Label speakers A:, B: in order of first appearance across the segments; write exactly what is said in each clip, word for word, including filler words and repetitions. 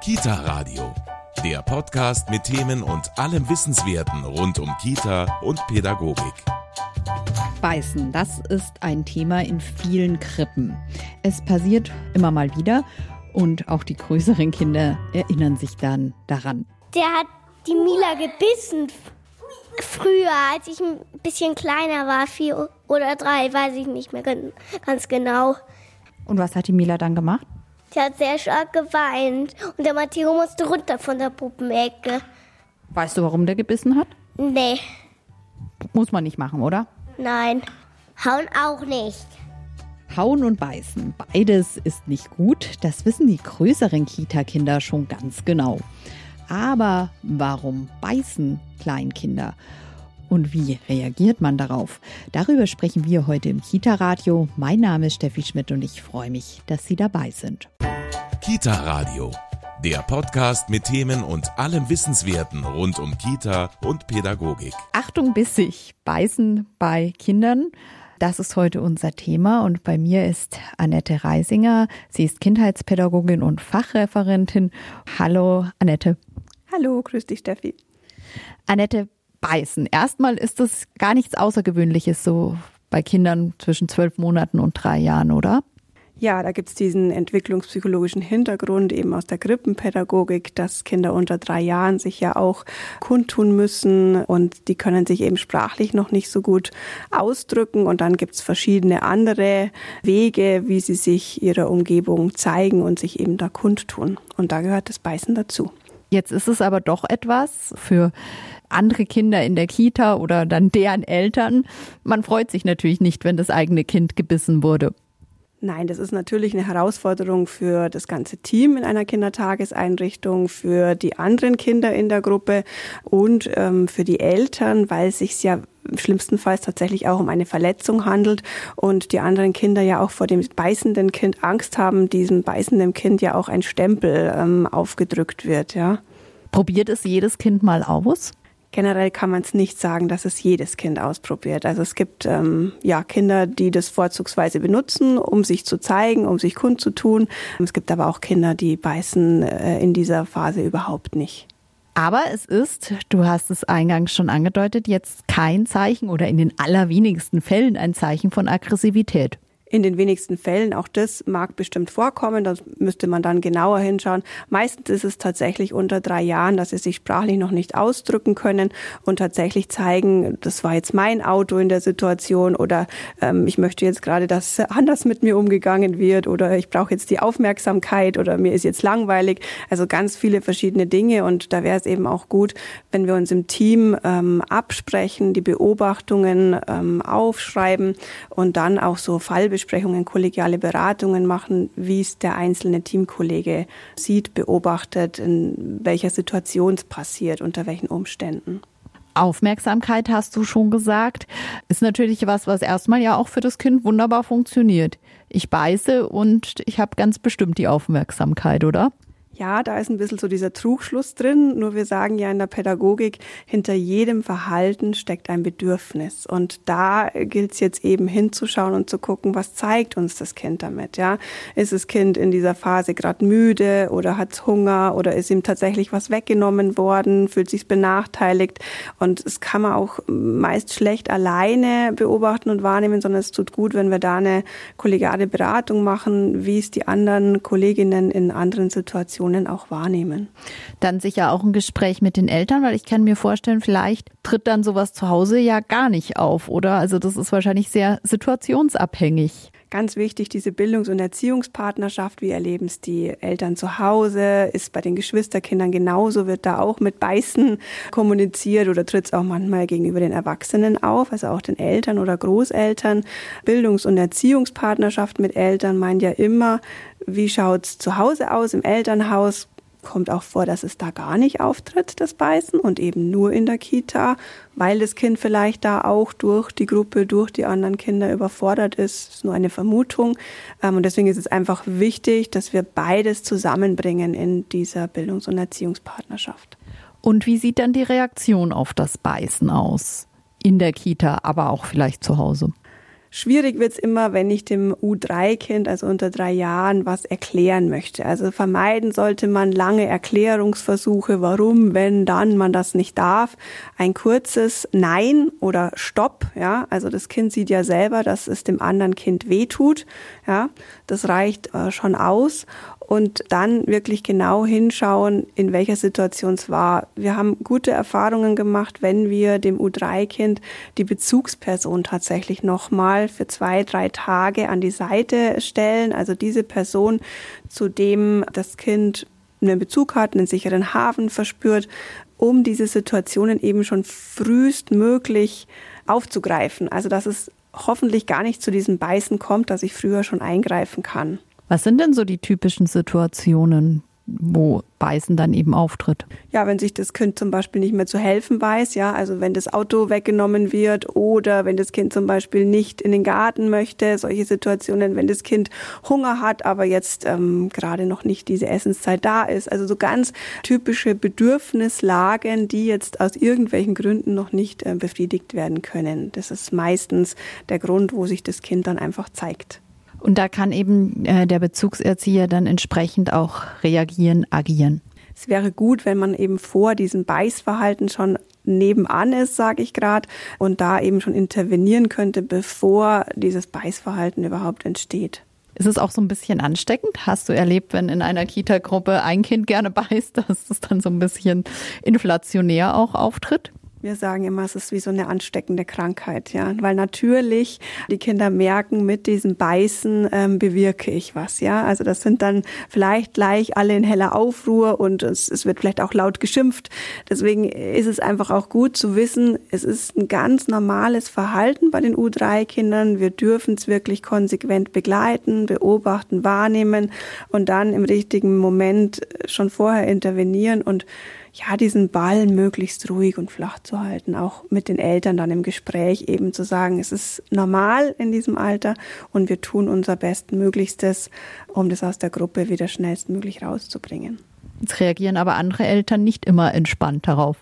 A: Kita-Radio, der Podcast mit Themen und allem Wissenswerten rund um Kita und Pädagogik.
B: Beißen, das ist ein Thema in vielen Krippen. Es passiert immer mal wieder und auch die größeren Kinder erinnern sich dann daran.
C: Der hat die Mila gebissen. Früher, als ich ein bisschen kleiner war, vier oder drei, weiß ich nicht mehr ganz genau.
B: Und was hat die Mila dann gemacht?
C: Sie hat sehr stark geweint und der Matteo musste runter von der Puppenecke.
B: Weißt du, warum der gebissen hat?
C: Nee.
B: Muss man nicht machen, oder?
C: Nein. Hauen auch nicht.
B: Hauen und beißen, beides ist nicht gut. Das wissen die größeren Kita-Kinder schon ganz genau. Aber warum beißen Kleinkinder? Und wie reagiert man darauf? Darüber sprechen wir heute im Kita-Radio. Mein Name ist Steffi Schmidt und ich freue mich, dass Sie dabei sind.
A: Kita-Radio, der Podcast mit Themen und allem Wissenswerten rund um Kita und Pädagogik.
B: Achtung bissig, beißen bei Kindern. Das ist heute unser Thema und bei mir ist Annette Reisinger. Sie ist Kindheitspädagogin und Fachreferentin. Hallo Annette.
D: Hallo, grüß dich Steffi.
B: Annette, beißen. Erstmal ist das gar nichts Außergewöhnliches so bei Kindern zwischen zwölf Monaten und drei Jahren, oder?
D: Ja, da gibt es diesen entwicklungspsychologischen Hintergrund eben aus der Krippenpädagogik, dass Kinder unter drei Jahren sich ja auch kundtun müssen und die können sich eben sprachlich noch nicht so gut ausdrücken. Und dann gibt es verschiedene andere Wege, wie sie sich ihrer Umgebung zeigen und sich eben da kundtun. Und da gehört das Beißen dazu.
B: Jetzt ist es aber doch etwas für andere Kinder in der Kita oder dann deren Eltern. Man freut sich natürlich nicht, wenn das eigene Kind gebissen wurde.
D: Nein, das ist natürlich eine Herausforderung für das ganze Team in einer Kindertageseinrichtung, für die anderen Kinder in der Gruppe und ähm, für die Eltern, weil es sich ja schlimmstenfalls tatsächlich auch um eine Verletzung handelt und die anderen Kinder ja auch vor dem beißenden Kind Angst haben, diesem beißenden Kind ja auch ein Stempel ähm, aufgedrückt wird. Ja.
B: Probiert es jedes Kind mal aus?
D: Generell kann man es nicht sagen, dass es jedes Kind ausprobiert. Also es gibt ähm, ja Kinder, die das vorzugsweise benutzen, um sich zu zeigen, um sich kundzutun. Es gibt aber auch Kinder, die beißen äh, in dieser Phase überhaupt nicht.
B: Aber es ist, du hast es eingangs schon angedeutet, jetzt kein Zeichen oder in den allerwenigsten Fällen ein Zeichen von Aggressivität.
D: In den wenigsten Fällen, auch das mag bestimmt vorkommen, da müsste man dann genauer hinschauen. Meistens ist es tatsächlich unter drei Jahren, dass sie sich sprachlich noch nicht ausdrücken können und tatsächlich zeigen, das war jetzt mein Auto in der Situation oder ähm, ich möchte jetzt gerade, dass anders mit mir umgegangen wird oder ich brauche jetzt die Aufmerksamkeit oder mir ist jetzt langweilig. Also ganz viele verschiedene Dinge und da wäre es eben auch gut, wenn wir uns im Team ähm, absprechen, die Beobachtungen ähm, aufschreiben und dann auch so Fallbesprechungen Besprechungen, kollegiale Beratungen machen, wie es der einzelne Teamkollege sieht, beobachtet, in welcher Situation es passiert, unter welchen Umständen.
B: Aufmerksamkeit hast du schon gesagt, ist natürlich was, was erstmal ja auch für das Kind wunderbar funktioniert. Ich beiße und ich habe ganz bestimmt die Aufmerksamkeit, oder?
D: Ja, da ist ein bisschen so dieser Trugschluss drin. Nur wir sagen ja in der Pädagogik, hinter jedem Verhalten steckt ein Bedürfnis. Und da gilt es jetzt eben hinzuschauen und zu gucken, was zeigt uns das Kind damit. Ja, ist das Kind in dieser Phase gerade müde oder hat es Hunger oder ist ihm tatsächlich was weggenommen worden, fühlt sich benachteiligt. Und das kann man auch meist schlecht alleine beobachten und wahrnehmen, sondern es tut gut, wenn wir da eine kollegiale Beratung machen, wie es die anderen Kolleginnen in anderen Situationen auch wahrnehmen.
B: Dann sicher auch ein Gespräch mit den Eltern, weil ich kann mir vorstellen, vielleicht tritt dann sowas zu Hause ja gar nicht auf, oder? Also das ist wahrscheinlich sehr situationsabhängig.
D: Ganz wichtig, diese Bildungs- und Erziehungspartnerschaft. Wie erleben es die Eltern zu Hause? Ist bei den Geschwisterkindern genauso? Wird da auch mit Beißen kommuniziert oder tritt es auch manchmal gegenüber den Erwachsenen auf, also auch den Eltern oder Großeltern? Bildungs- und Erziehungspartnerschaft mit Eltern meint ja immer, wie schaut es zu Hause aus, im Elternhaus? Kommt auch vor, dass es da gar nicht auftritt, das Beißen, und eben nur in der Kita, weil das Kind vielleicht da auch durch die Gruppe, durch die anderen Kinder überfordert ist. Das ist nur eine Vermutung. Und deswegen ist es einfach wichtig, dass wir beides zusammenbringen in dieser Bildungs- und Erziehungspartnerschaft.
B: Und wie sieht dann die Reaktion auf das Beißen aus? In der Kita, aber auch vielleicht zu Hause?
D: Schwierig wird's immer, wenn ich dem U drei Kind, also unter drei Jahren, was erklären möchte. Also vermeiden sollte man lange Erklärungsversuche, warum, wenn, dann man das nicht darf. Ein kurzes Nein oder Stopp, ja, also das Kind sieht ja selber, dass es dem anderen Kind wehtut, ja, das reicht äh, schon aus. Und dann wirklich genau hinschauen, in welcher Situation es war. Wir haben gute Erfahrungen gemacht, wenn wir dem U drei Kind die Bezugsperson tatsächlich nochmal für zwei, drei Tage an die Seite stellen. Also diese Person, zu dem das Kind einen Bezug hat, einen sicheren Hafen verspürt, um diese Situationen eben schon frühestmöglich aufzugreifen. Also dass es hoffentlich gar nicht zu diesem Beißen kommt, dass ich früher schon eingreifen kann.
B: Was sind denn so die typischen Situationen, wo Beißen dann eben auftritt?
D: Ja, wenn sich das Kind zum Beispiel nicht mehr zu helfen weiß, ja, also wenn das Auto weggenommen wird oder wenn das Kind zum Beispiel nicht in den Garten möchte, solche Situationen, wenn das Kind Hunger hat, aber jetzt ähm, gerade noch nicht diese Essenszeit da ist. Also so ganz typische Bedürfnislagen, die jetzt aus irgendwelchen Gründen noch nicht äh, befriedigt werden können. Das ist meistens der Grund, wo sich das Kind dann einfach zeigt.
B: Und da kann eben äh, der Bezugserzieher dann entsprechend auch reagieren, agieren.
D: Es wäre gut, wenn man eben vor diesem Beißverhalten schon nebenan ist, sage ich gerade, und da eben schon intervenieren könnte, bevor dieses Beißverhalten überhaupt entsteht.
B: Ist es auch so ein bisschen ansteckend? Hast du erlebt, wenn in einer Kita-Gruppe ein Kind gerne beißt, dass das dann so ein bisschen inflationär auch auftritt?
D: Wir sagen immer, es ist wie so eine ansteckende Krankheit, ja, weil natürlich die Kinder merken, mit diesem Beißen ähm, bewirke ich was, ja. Also das sind dann vielleicht gleich alle in heller Aufruhr und es, es wird vielleicht auch laut geschimpft. Deswegen ist es einfach auch gut zu wissen, es ist ein ganz normales Verhalten bei den U drei Kindern. Wir dürfen es wirklich konsequent begleiten, beobachten, wahrnehmen und dann im richtigen Moment schon vorher intervenieren und ja, diesen Ball möglichst ruhig und flach zu halten, auch mit den Eltern dann im Gespräch eben zu sagen, es ist normal in diesem Alter und wir tun unser Bestmöglichstes, um das aus der Gruppe wieder schnellstmöglich rauszubringen.
B: Jetzt reagieren aber andere Eltern nicht immer entspannt darauf.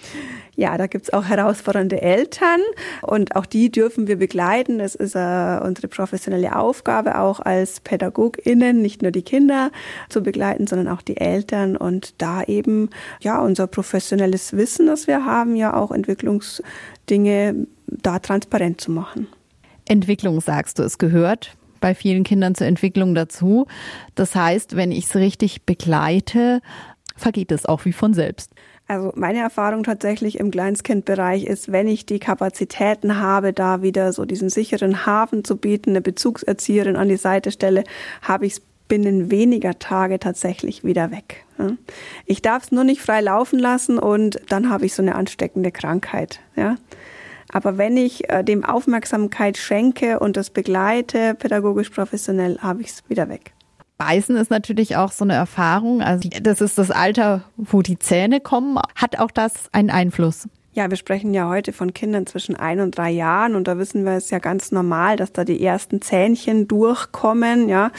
D: Ja, da gibt's auch herausfordernde Eltern und auch die dürfen wir begleiten. Das ist äh, unsere professionelle Aufgabe, auch als PädagogInnen, nicht nur die Kinder zu begleiten, sondern auch die Eltern und da eben ja unser professionelles Wissen, das wir haben, ja auch Entwicklungsdinge da transparent zu machen.
B: Entwicklung, sagst du, es gehört bei vielen Kindern zur Entwicklung dazu. Das heißt, wenn ich es richtig begleite, vergeht es auch wie von selbst.
D: Also meine Erfahrung tatsächlich im Kleinstkindbereich ist, wenn ich die Kapazitäten habe, da wieder so diesen sicheren Hafen zu bieten, eine Bezugserzieherin an die Seite stelle, habe ich es binnen weniger Tage tatsächlich wieder weg. Ich darf es nur nicht frei laufen lassen und dann habe ich so eine ansteckende Krankheit. Ja. Aber wenn ich dem Aufmerksamkeit schenke und das begleite, pädagogisch professionell, habe ich es wieder weg.
B: Beißen ist natürlich auch so eine Erfahrung. Also das ist das Alter, wo die Zähne kommen. Hat auch das einen Einfluss?
D: Ja, wir sprechen ja heute von Kindern zwischen ein und drei Jahren und da wissen wir, es ist ja ganz normal, dass da die ersten Zähnchen durchkommen, ja.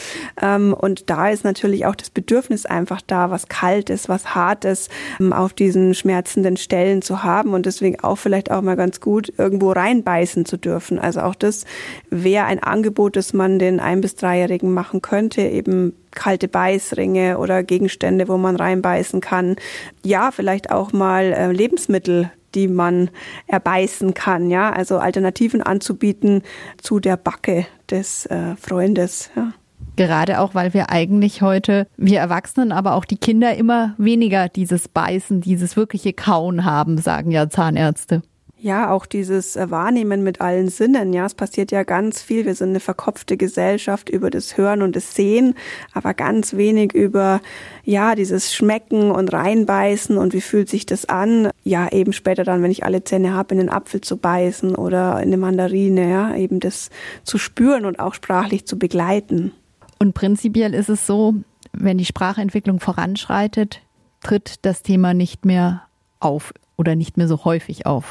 D: Und da ist natürlich auch das Bedürfnis einfach da, was Kaltes, was Hartes auf diesen schmerzenden Stellen zu haben und deswegen auch vielleicht auch mal ganz gut, irgendwo reinbeißen zu dürfen. Also auch das wäre ein Angebot, das man den ein- bis dreijährigen machen könnte, eben kalte Beißringe oder Gegenstände, wo man reinbeißen kann. Ja, vielleicht auch mal äh, Lebensmittel, die man erbeißen kann, ja, also Alternativen anzubieten zu der Backe des äh, Freundes, ja.
B: Gerade auch, weil wir eigentlich heute, wir Erwachsenen, aber auch die Kinder immer weniger dieses Beißen, dieses wirkliche Kauen haben, sagen ja Zahnärzte.
D: Ja, auch dieses Wahrnehmen mit allen Sinnen, ja, es passiert ja ganz viel. Wir sind eine verkopfte Gesellschaft über das Hören und das Sehen, aber ganz wenig über, ja, dieses Schmecken und Reinbeißen und wie fühlt sich das an? Ja, eben später dann, wenn ich alle Zähne habe, in den Apfel zu beißen oder in eine Mandarine, ja, eben das zu spüren und auch sprachlich zu begleiten.
B: Und prinzipiell ist es so, wenn die Sprachentwicklung voranschreitet, tritt das Thema nicht mehr auf oder nicht mehr so häufig auf.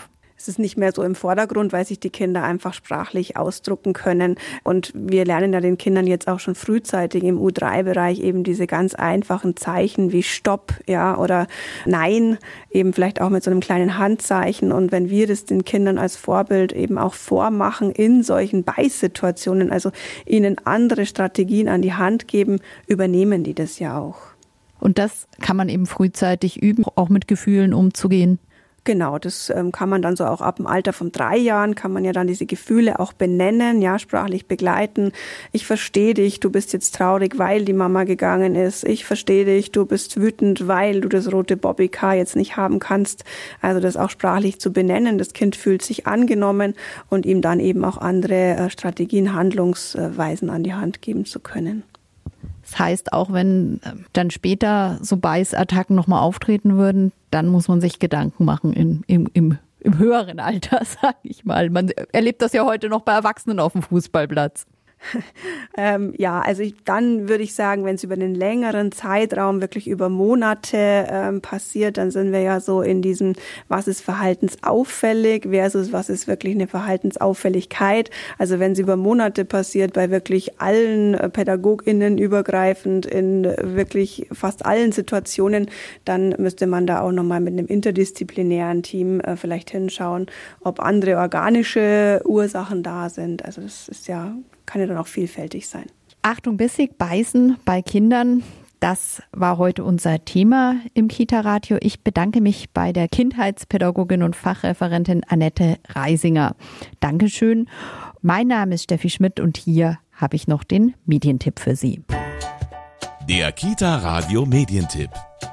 D: es ist nicht mehr so im Vordergrund, weil sich die Kinder einfach sprachlich ausdrücken können. Und wir lernen ja den Kindern jetzt auch schon frühzeitig im U drei Bereich eben diese ganz einfachen Zeichen wie Stopp, ja, oder Nein, eben vielleicht auch mit so einem kleinen Handzeichen. Und wenn wir das den Kindern als Vorbild eben auch vormachen in solchen Beißsituationen, also ihnen andere Strategien an die Hand geben, übernehmen die das ja auch.
B: Und das kann man eben frühzeitig üben, auch mit Gefühlen umzugehen.
D: Genau, das ähm, kann man dann so auch ab dem Alter von drei Jahren, kann man ja dann diese Gefühle auch benennen, ja, sprachlich begleiten. Ich verstehe dich, du bist jetzt traurig, weil die Mama gegangen ist. Ich verstehe dich, du bist wütend, weil du das rote Bobbycar jetzt nicht haben kannst. Also das auch sprachlich zu benennen. Das Kind fühlt sich angenommen und ihm dann eben auch andere äh, Strategien, Handlungsweisen an die Hand geben zu können.
B: Das heißt, auch wenn dann später so Beißattacken nochmal auftreten würden, dann muss man sich Gedanken machen in, im, im, im höheren Alter, sage ich mal. Man erlebt das ja heute noch bei Erwachsenen auf dem Fußballplatz.
D: ähm, ja, also ich, dann würde ich sagen, wenn es über einen längeren Zeitraum, wirklich über Monate ähm, passiert, dann sind wir ja so in diesem, was ist verhaltensauffällig versus was ist wirklich eine Verhaltensauffälligkeit. Also wenn es über Monate passiert, bei wirklich allen äh, PädagogInnen übergreifend in äh, wirklich fast allen Situationen, dann müsste man da auch nochmal mit einem interdisziplinären Team äh, vielleicht hinschauen, ob andere organische Ursachen da sind. Also das ist ja kann ja dann auch vielfältig sein.
B: Achtung, bissig, beißen bei Kindern. Das war heute unser Thema im Kita-Radio. Ich bedanke mich bei der Kindheitspädagogin und Fachreferentin Annette Reisinger. Dankeschön. Mein Name ist Steffi Schmidt und hier habe ich noch den Medientipp für Sie.
A: Der Kita-Radio Medientipp.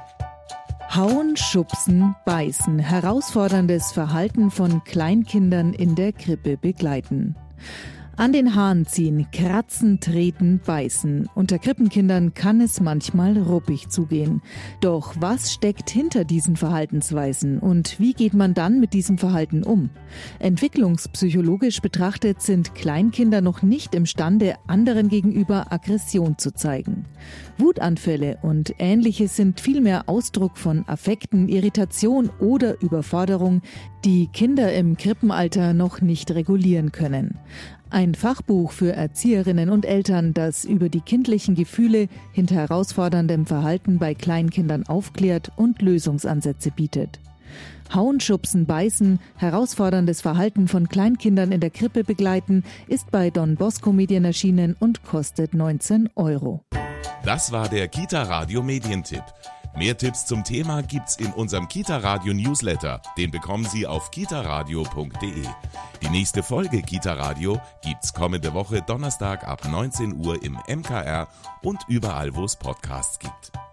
E: Hauen, schubsen, beißen. Herausforderndes Verhalten von Kleinkindern in der Krippe begleiten. An den Haaren ziehen, kratzen, treten, beißen. Unter Krippenkindern kann es manchmal ruppig zugehen. Doch was steckt hinter diesen Verhaltensweisen und wie geht man dann mit diesem Verhalten um? Entwicklungspsychologisch betrachtet sind Kleinkinder noch nicht imstande, anderen gegenüber Aggression zu zeigen. Wutanfälle und Ähnliches sind vielmehr Ausdruck von Affekten, Irritation oder Überforderung, die Kinder im Krippenalter noch nicht regulieren können. Ein Fachbuch für Erzieherinnen und Eltern, das über die kindlichen Gefühle hinter herausforderndem Verhalten bei Kleinkindern aufklärt und Lösungsansätze bietet. Hauen, schubsen, beißen, herausforderndes Verhalten von Kleinkindern in der Krippe begleiten, ist bei Don Bosco Medien erschienen und kostet neunzehn Euro.
A: Das war der Kita-Radio Medientipp. Mehr Tipps zum Thema gibt's in unserem Kita-Radio Newsletter. Den bekommen Sie auf kitaradio punkt de. Die nächste Folge Kita-Radio gibt's kommende Woche Donnerstag ab neunzehn Uhr im M K R und überall, wo es Podcasts gibt.